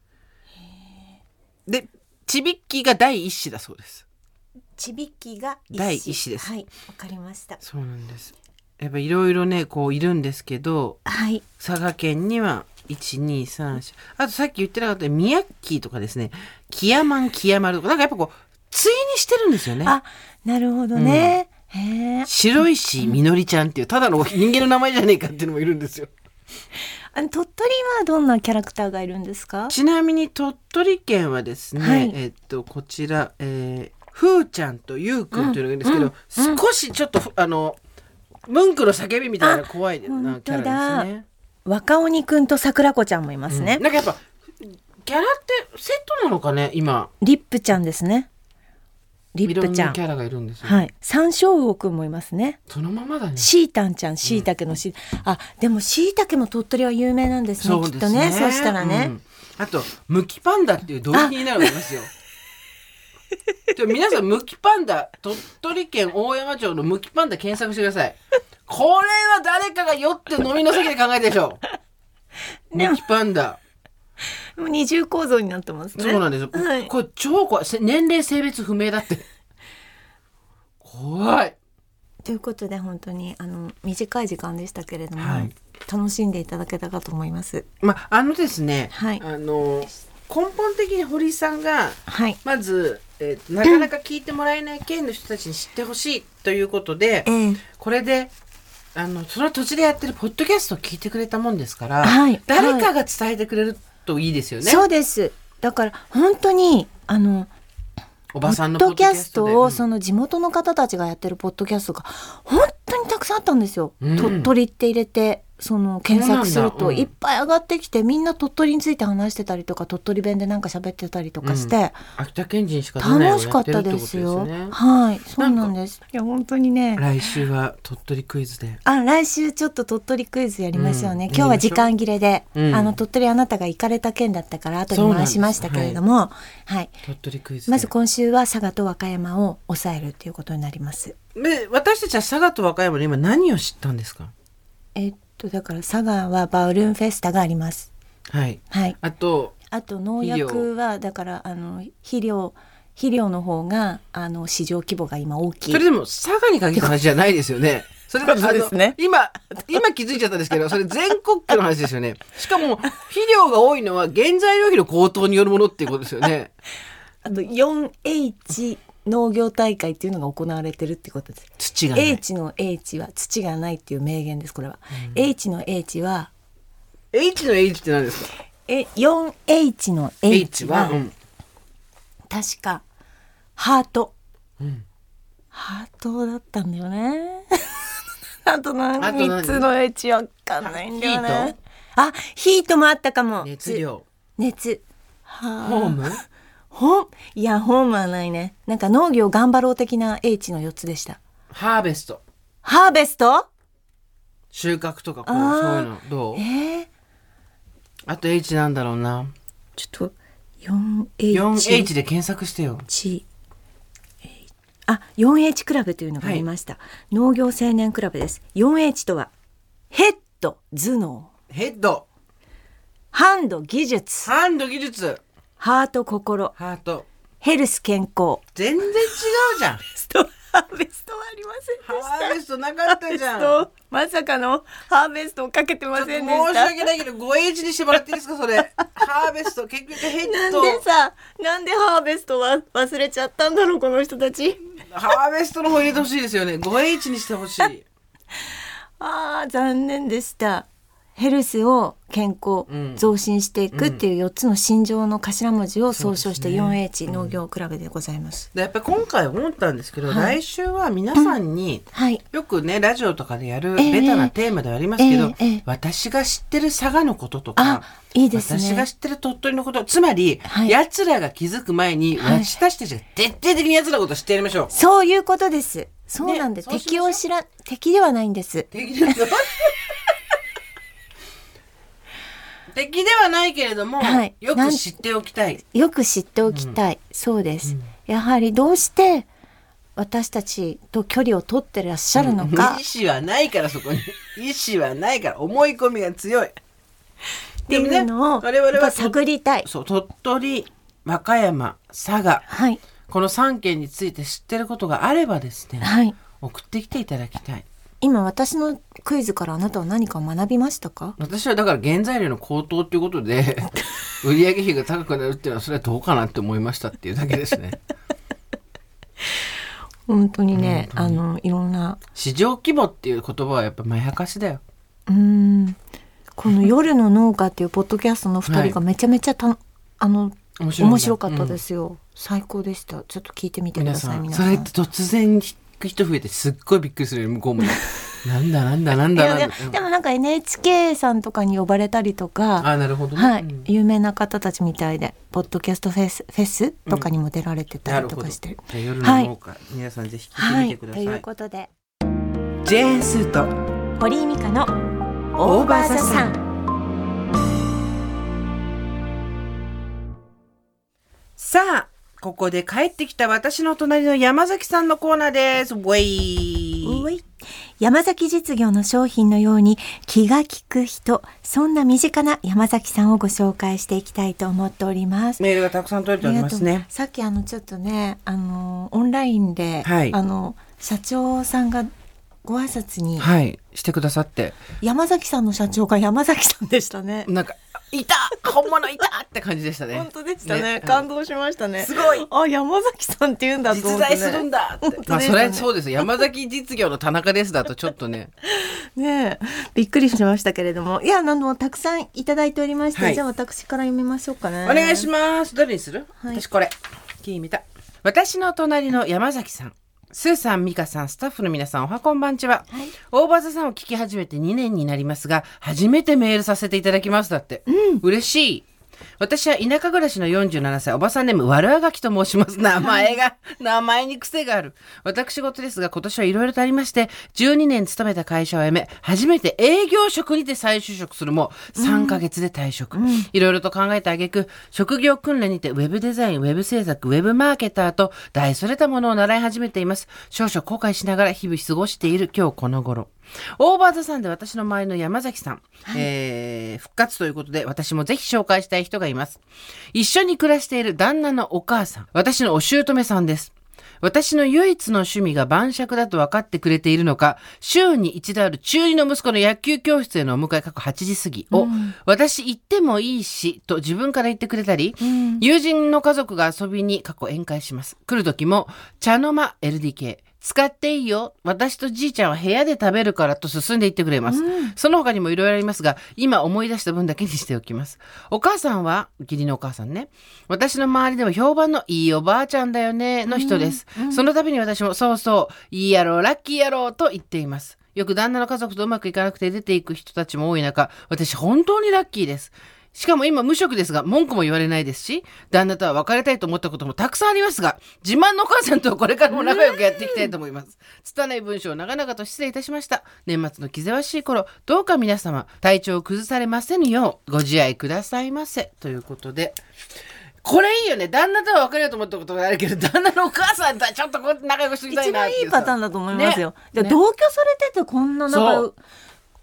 でチビッキーが第一子だそうです。 チビッキーが第一子です。 はい、わかりました。 そうなんです。やっぱいろいろねこういるんですけど、 はい、 佐賀県にはいちにさんよん、あとさっき言ってなかったミヤッキーとかですね、キヤマン、キヤマルとか、なんかやっぱこう対にしてるんですよね。 あ、なるほどね、 うん、へー、白石みのりちゃんっていうただの人間の名前じゃねえかっていうのもいるんですよ。 あの鳥取はどんなキャラクターがいるんですか？ ちなみに鳥取県はですね、はい、えっとこちら、えー、ふーちゃんとゆうくんというのがいるんですけど、うんうん、少しちょっとあのムンクの叫びみたいな怖いなキャラですね。 若鬼くんと桜子ちゃんもいますね、 うん、なんかやっぱキャラってセットなのかね今。 リップちゃんですね。リップちゃん、いろんなキャラがいるんですよ、 はい、山椒魚くんもいますね。 そのままだね。 シータンちゃん、シイタケのし、うん、あ、でもシイタケも鳥取は有名なんですね。そうですね、きっとね。そうしたらね、うん、 あとムキパンダっていう動機になるのがありますよ。皆さんムキパンダ、鳥取県大山町のムキパンダ検索してください。これは誰かが酔って飲みの席で考えてでしょう。ムキパンダもう二重構造になってますね。 そうなんですよ、はい、これ超怖い。年齢性別不明だって怖い。 ということで本当にあの短い時間でしたけれども、はい、楽しんでいただけたかと思います。 まあのですね、 はい、 あの根本的に堀井さんが、 はい、 まず、えー、なかなか聞いてもらえない県の人たちに知ってほしいということで、 うん、 これであのその土地でやってるポッドキャストを聞いてくれたもんですから、 はい、 誰かが伝えてくれるといいですよね。 そうです。だから本当にあのおばさんのポッドキャストを、うん、その地元の方たちがやってるポッドキャストが本当にたくさんあったんですよ、うん、鳥取って入れてその検索するといっぱい上がってきて、うん、みんな鳥取について話してたりとか鳥取弁でなんか喋ってたりとかして、うん、 秋田県人しか出ない楽しかったですよ。はい、そうなんです。いや本当にね、 来週は鳥取クイズで、 あ、来週ちょっと鳥取クイズやりましょうね、うん、今日は時間切れで、うん、あの鳥取あなたが行かれた県だったから後に回しましたけれども、はいはい、 鳥取クイズでまず今週は佐賀と和歌山を抑えるっていうことになります。 で私たちは佐賀と和歌山で今何を知ったんですか？ えっとだから佐賀はバルーンフェスタがあります。 はい、 はい、 あとあと農薬はだからあの肥料肥料の方があの市場規模が今大きい。 それでも佐賀に限った話じゃないですよね。それそうですね。 今今気づいちゃったんですけど、それ全国区の話ですよね。しかも肥料が多いのは原材料費の高騰によるものっていうことですよね。 あと フォーエイチ 農業大会っていうのが行われてるってことです。 土がない。 H の H は土がないっていう名言です。これは、うん、H の H は H の H って何ですか？ え フォーエイチ の H は、 うん、 確かハート、 うん、 ハートだったんだよね。あと何みっつの H わかんないんだよね。あ、ヒートもあったかも。 熱量、 熱、 はホームホいやホームはないね。なんか農業頑張ろう的な H のよっつでした。 ハーベスト、 ハーベスト、 収穫とかこうそういうのどう？ えー、 あと H なんだろうな。 ちょっと フォーエイチフォーエイチ で検索してよ。 あ、フォーエイチ クラブというのがありました、はい、農業青年クラブです。 フォーエイチ とはヘッド頭脳、 ヘッドハンド技術、 ハンド技術、 ハート心、 ハート、 ヘルス健康、 全然違うじゃん。 ストハハーベストはありませんでした。 ハーベストなかったじゃん。 まさかのハーベストをかけてませんでした。 申し訳ないけどごエイチにしてもらっていいですかそれ。ハーベスト結局ヘッド。 なんでさ、なんでハーベストは忘れちゃったんだろうこの人たち。 ハーベストの方入れてほしいですよね。ごエイチにしてほしい。 あー残念でした。ヘルスを健康、増進していくっていうよっつの心情の頭文字を総称して フォーエイチ 農業クラブでございます。 でやっぱり今回思ったんですけど、はい、来週は皆さんに、うんはい、よくねラジオとかでやるベタなテーマではありますけど、えーえー、私が知ってる佐賀のこととかいいですね、 私が知ってる鳥取のこと、つまり、はい、奴らが気づく前に、はい、私たちたちが徹底的に奴らのことを知ってやりましょう。 そういうことです。そうなんです、ね、敵を知ら敵ではないんです。 敵では敵ではないけれども、はい、よく知っておきたい。 よく知っておきたい、うん、そうです、うん、やはりどうして私たちと距離を取ってらっしゃるのか、 うん、意志はないからそこに意志はないから思い込みが強いっていうのを我々は探りたい。 そう鳥取、和歌山、佐賀、はい、このさんけんについて知ってることがあればですね、はい、送ってきていただきたい。 今私のクイズからあなたは何か学びましたか？ 私はだから原材料の高騰ということで売上費が高くなるっていうのはそれはどうかなって思いましたっていうだけですね。 本当にね、本当にあのいろんな市場規模っていう言葉はやっぱまやかしだよ。 うーんこの夜の農家っていうポッドキャストのふたりがめちゃめちゃた、はい、あの面白, 面白かったですよ、うん、最高でした。ちょっと聞いてみてください。皆さんそれって突然人増えてすっごいびっくりするよ向こうもなんだなんだなんだなんだ。 でもなんか エヌエイチケー さんとかに呼ばれたりとか、 あなるほどね、 はいうん、有名な方たちみたいでポッドキャストフェスフェスとかにも出られてたりとかして、 うん、夜の農家、はい、皆さんぜひ聞いてみてください、 はい、ということでジェーンスーと堀井美香のオーバーザさん。 さあここで帰ってきた私の隣の山崎さんのコーナーです。ウェイウェイ山崎実業の商品のように気が利く人、そんな身近な山崎さんをご紹介していきたいと思っております。 メールがたくさん届いておりますね。 さっきあのちょっとねあのオンラインで、はい、あの社長さんがご挨拶に、 はい、してくださって山崎さんの社長が山崎さんでしたね。 なんかいた本物いたって感じでしたね。 本当でしたね、ね感動しましたね。 すごいあ山崎さんって言うんだと思って、ね、 実在するんだって、ねまあ、それそうです山崎実業の田中ですだとちょっとねねえびっくりしましたけれども、いやあのたくさんいただいておりまして、はい、じゃあ私から読みましょうかね。 お願いします。どれにする、はい、私これ聞い見た。私の隣の山崎さん、スーさん、ミカさん、スタッフの皆さん、おはこんばんちは、はい、オーバーザさんを聞き始めてにねんになりますが、初めてメールさせていただきますだって、うん、嬉しい。私は田舎暮らしのよんじゅうななさい、おばさんネーム悪あがきと申します。名前が名前に癖がある。私事ですが今年はいろいろとありまして、じゅうにねん勤めた会社を辞め、初めて営業職にて再就職するもさんかげつで退職、いろいろと考えた挙句、職業訓練にてウェブデザイン、ウェブ制作、ウェブマーケターと大それたものを習い始めています。少々後悔しながら日々過ごしている今日この頃、オーバーザさんで私の周りの山崎さん、はいえー、復活ということで私もぜひ紹介したい人がいます。一緒に暮らしている旦那のお母さん、私のお姑さんです。私の唯一の趣味が晩酌だと分かってくれているのか、週に一度ある中にの息子の野球教室へのお迎え過去はちじ過ぎを、うん、私行ってもいいしと自分から言ってくれたり、うん、友人の家族が遊びに過去宴会します。来る時も茶の間 エルディーケー使っていいよ、私とじいちゃんは部屋で食べるからと進んでいってくれます、うん、その他にもいろいろありますが今思い出した分だけにしておきます。お母さんは義理のお母さんね、私の周りでも評判のいいおばあちゃんだよねの人です、うんうん、その度に私もそうそういいやろうラッキーやろうと言っています。よく旦那の家族とうまくいかなくて出ていく人たちも多い中、私本当にラッキーです。しかも今無職ですが文句も言われないですし、旦那とは別れたいと思ったこともたくさんありますが、自慢のお母さんとはこれからも仲良くやっていきたいと思います。拙い文章を長々と失礼いたしました。年末の気ぜわしい頃、どうか皆様体調を崩されませぬようご自愛くださいませということで、これいいよね。旦那とは別れようと思ったことがあるけど、旦那のお母さんとはちょっとこう仲良くしていきたいなっていう。 一番いいパターンだと思いますよ。ね、同居されててこんな仲良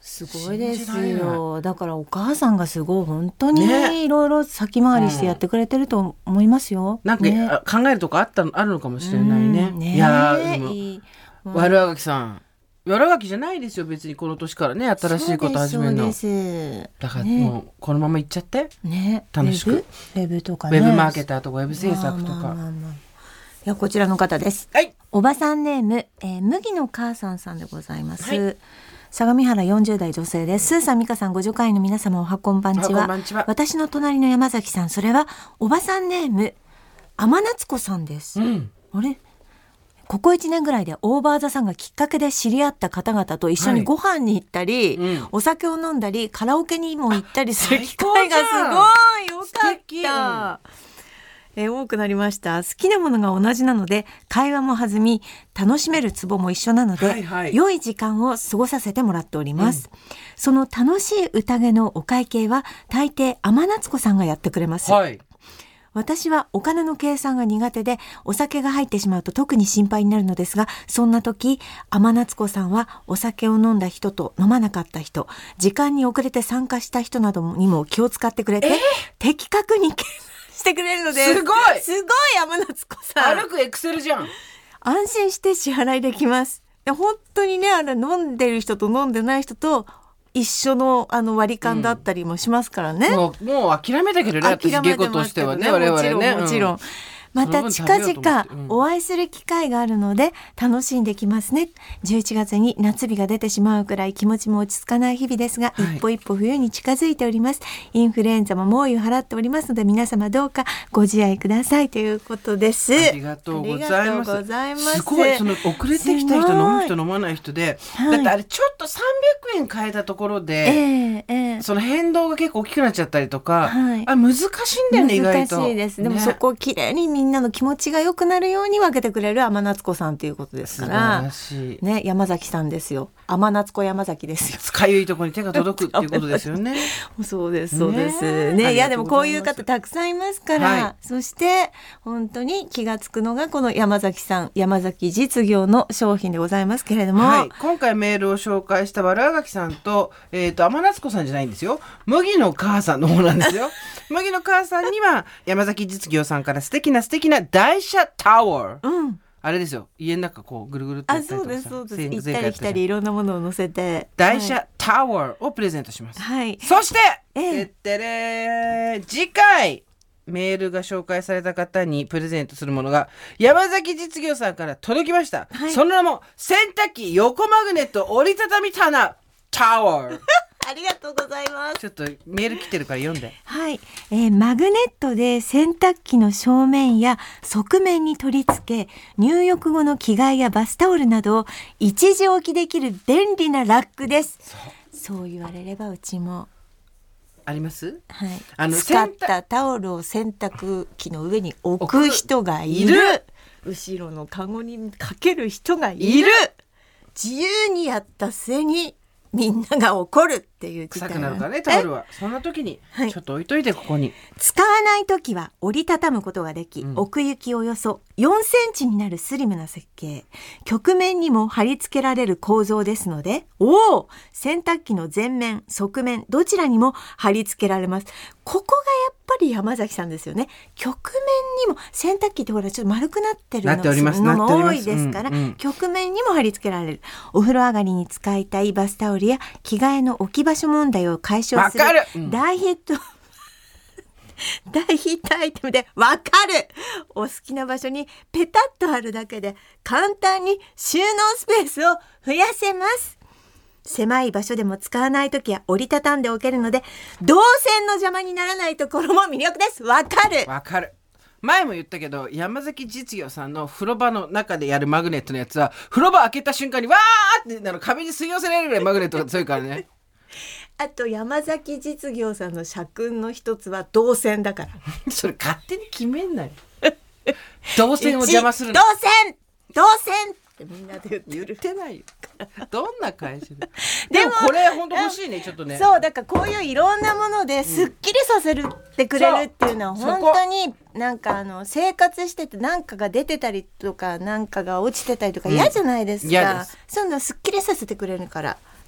すごいですよ。だからお母さんがすごい本当にいろいろ先回りしてやってくれてると思いますよ、 ね、なんか、ね、考えるとこあったあるのかもしれないね。ね、いやー悪あがきさん悪あがきじゃないですよ別にこの年からね新しいこと始めるの。そうです。だからもうこのままいっちゃって、ね、楽しくウェブとかねウェブマーケターとかウェブ制作とか、まあまあまあまあ、 いやこちらの方です、はい、おばさんネーム、えー、麦の母さんさんでございます、はい、相模原よんじゅう代女性です。スーさん、美香さん、ご助会の皆様、おはこんばんちは。私の隣の山崎さん、それはおばさんネーム天夏子さんです、うん、あれここいちねんぐらいでオーバーザさんがきっかけで知り合った方々と一緒にご飯に行ったり、はいうん、お酒を飲んだりカラオケにも行ったりする機会がすごいよかった、えー、多くなりました。好きなものが同じなので会話も弾み楽しめるツボも一緒なので、はいはい、良い時間を過ごさせてもらっております、うん、その楽しい宴のお会計は大抵天夏子さんがやってくれます、はい、私はお金の計算が苦手でお酒が入ってしまうと特に心配になるのですが、そんな時天夏子さんはお酒を飲んだ人と飲まなかった人、時間に遅れて参加した人などにも気を使ってくれて、えー、的確に計算してくれるので、 すごいすごい天夏子さん歩くエクセルじゃん。 安心して支払いできます。本当にね、あれ飲んでる人と飲んでない人と一緒のあの割り勘だったりもしますからね、 うん、もう、もう諦めたけどね、私下戸としてはね、我々ね、 もちろんもちろん、うん、また近々お会いする機会があるので楽しんできますね。じゅういちがつに夏日が出てしまうくらい気持ちも落ち着かない日々ですが、はい、一歩一歩冬に近づいております。インフルエンザも猛威を払っておりますので皆様どうかご自愛くださいということです。 ありがとうございます。すごい、その遅れてきた人飲む人飲まない人で、だってあれちょっとさんびゃくえん変えたところで、えーえー、その変動が結構大きくなっちゃったりとか、はい、あ難しいんだよね、意外と。 難しいです。でもそこをきれいにみんなの気持ちが良くなるように分けてくれる天夏子さんということですから、ね、山崎さんですよ。天夏子山崎ですよ。 かゆいところに手が届くっていうことですよね。 そうですそうですね。ね、いやでもこういう方たくさんいますから、はい、そして本当に気がつくのがこの山崎さん、山崎実業の商品でございますけれども、はい、 今回メールを紹介した悪あがきさんと、えーと、天夏子さんじゃないんですよ。麦の母さんの方なんですよ。麦の母さんには山崎実業さんから素敵な素敵な台車タワー、うん、あれですよ、家の中こうぐるぐるっとやったりとかさ、あ、そうですそうです、 行ったり来たりいろんなものを乗せて台車タワーをプレゼントします、はい、そして、ええ、てってれー、次回メールが紹介された方にプレゼントするものが山崎実業さんから届きました、はい、その名も洗濯機横マグネット折りたたみ棚タワー。 ありがとうございます。 ちょっとメール来てるから読んで。 はい、えー、マグネットで洗濯機の正面や側面に取り付け、入浴後の着替えやバスタオルなどを一時置きできる便利なラックです。そう、そう言われればうちもあります。 はい、あの使ったタオルを洗濯機の上に置く人がいる。いる。後ろのカゴにかける人がいる。いる。自由にやった末にみんなが怒るっていう事態。臭くなるからね、タオルは。そんな時にちょっと置いといて、ここに。 使わない時は折りたたむことができ、うん、奥行きおよそよんセンチになるスリムな設計。曲面にも貼り付けられる構造ですので、おお、洗濯機の前面、側面、どちらにも貼り付けられます。ここがやっぱり山崎さんですよね。曲面にも、洗濯機ってほらちょっと丸くなってるのも多いですから、うんうん、曲面にも貼り付けられる。お風呂上がりに使いたいバスタオルや着替えの置き場所問題を解消する大ヒット、うん、大ヒットアイテムでわかる。お好きな場所にペタッと貼るだけで簡単に収納スペースを増やせます。狭い場所でも使わないときは折りたたんでおけるので、動線の邪魔にならないところも魅力です。わかるわかる。前も言ったけど、山崎実業さんの風呂場の中でやるマグネットのやつは、風呂場開けた瞬間にわーってなる、壁に吸い寄せられるぐらいマグネットが強いからね。 あと山崎実業さんの社訓の一つは動線だから。 それ勝手に決めんなよ。動線を邪魔するの。 動線動線ってみんなで言ってないよ。どんな会社で。でもこれ本当欲しいね、ちょっとね。 そうだからこういういろんなものですっきりさせるってくれるっていうのは本当になんかあの生活しててなんかが出てたりとかなんかが落ちてたりとか嫌じゃないですか、うん、嫌です。そういうのすっきりさせてくれるから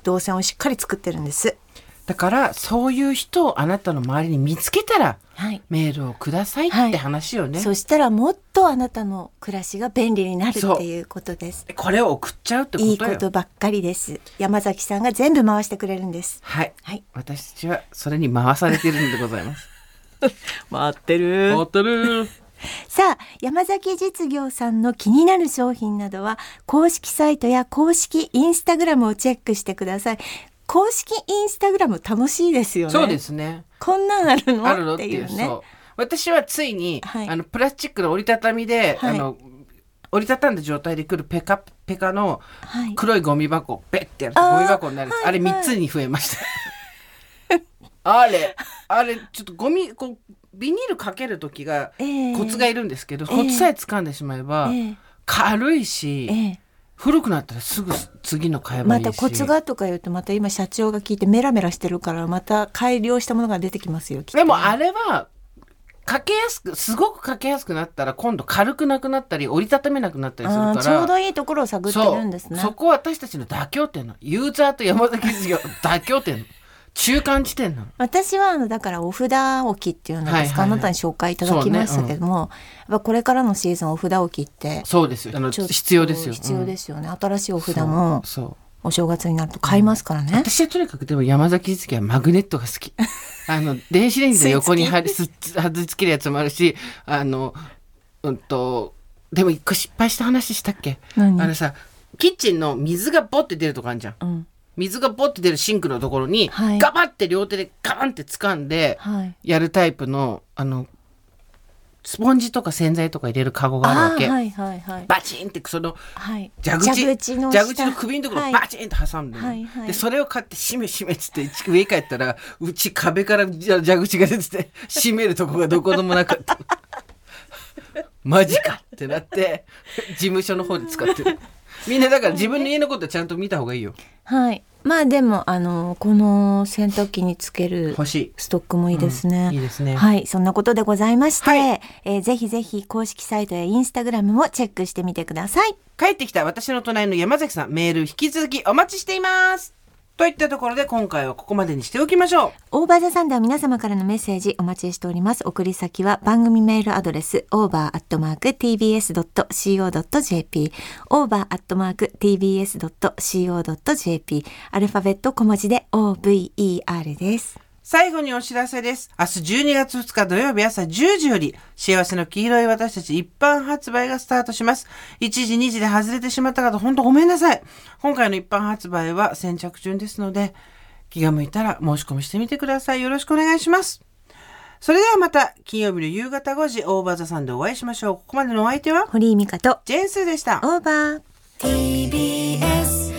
動線をしっかり作ってるんです。 だからそういう人をあなたの周りに見つけたら、はい、メールをくださいって話よね、はい、 そしたらもっとあなたの暮らしが便利になるっていうことです。 これを送っちゃうってことよ。 いいことばっかりです。山崎さんが全部回してくれるんです。 はい、はい、私はそれに回されてるんでございます回ってる回ってるさあ、山崎実業さんの気になる商品などは公式サイトや公式インスタグラムをチェックしてください。公式インスタグラム楽しいですよね。 そうですね。 こんなんあるのあるのっていうね。 そう私はついに、はい、あのプラスチックの折りたたみで、はい、あの折りたたんだ状態で来るペカペカの黒いゴミ箱をペッてやるとゴミ箱になるんです。 あ,、はいはい、あれみっつに増えましたあれあれちょっとゴミこうビニールかける時がコツがいるんですけど、えー、コツさえ掴んでしまえば、えー、軽いし、えー古くなったらすぐ次の買えばいいし。 またコツがとか言うとまた今社長が聞いてメラメラしてるからまた改良したものが出てきますよきっと。 でもあれはかけやすくすごくかけやすくなったら今度軽くなくなったり折りたためなくなったりするからちょうどいいところを探ってるんですね。 そ, そこは私たちの妥協点のユーザーと山崎実業妥協点の中間地点なの。 私はあのだからお札置きっていうのですか、はいはいはい、あなたに紹介いただきましたけども、ねうん、やっぱこれからのシーズンお札置きってそうですよあの必要ですよ必要ですよね、うん、新しいお札もお正月になると買いますからね、うん、 私はとにかくでも山崎実業はマグネットが好きあの電子レンジで横に貼り外付けるやつもあるしあのうんとでも一個失敗した話したっけ。あのさキッチンの水がボッて出るとこあるじゃん、うん水がボッて出るシンクのところに、はい、ガバッて両手でガバンって掴んでやるタイプの、あのスポンジとか洗剤とか入れるカゴがあるわけ、はいはいはい、バチンってその、はい、蛇口、蛇口の蛇口の首のところをバチンって挟んで、はいはい、でそれを買って閉め閉めっつって上帰ったらうち壁から蛇口が出てて閉めるとこがどこでもなかったマジかってなって事務所の方で使ってる。みんなだから自分の家のことちゃんと見た方がいいよ。 はい。まあでもあのこの洗濯機につけるストックもいいですね。 うん、いいですね。 はい、そんなことでございまして、はい、えー、ぜひぜひ公式サイトやインスタグラムもチェックしてみてください。 帰ってきた私の隣の山崎さん、メール引き続きお待ちしています。といったところで今回はここまでにしておきましょう。 オーバーザサンでは皆様からのメッセージお待ちしております。送り先は番組メールアドレス オーバー アットマーク ティービーエス ドット シーオー ドット ジェーピー オーバー アットマーク ティービーエス ドット シーオー ドット ジェーピー アルファベット小文字で オーブイイーアール です。 最後にお知らせです。明日じゅうにがつふつか土曜日朝じゅうじより幸せの黄色い私たち一般発売がスタートします。いちじにじで外れてしまった方本当ごめんなさい。今回の一般発売は先着順ですので気が向いたら申し込みしてみてください。よろしくお願いします。それではまた金曜日の夕方ごじオーバーザさんでお会いしましょう。ここまでのお相手は堀井美香とジェーンスーでした。 オーバー ティービーエス。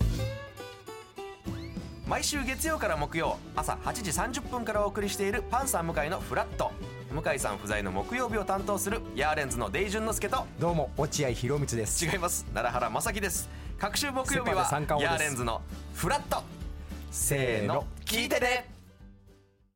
毎週月曜から木曜朝はちじさんじゅっぷんからお送りしているパンサー向井のフラット。向井さん不在の木曜日を担当するヤーレンズのデイジュンの之介と、 どうも落合博満です。 違います、奈良原正樹です。各週木曜日はヤーレンズのフラット。せーの聞いてね。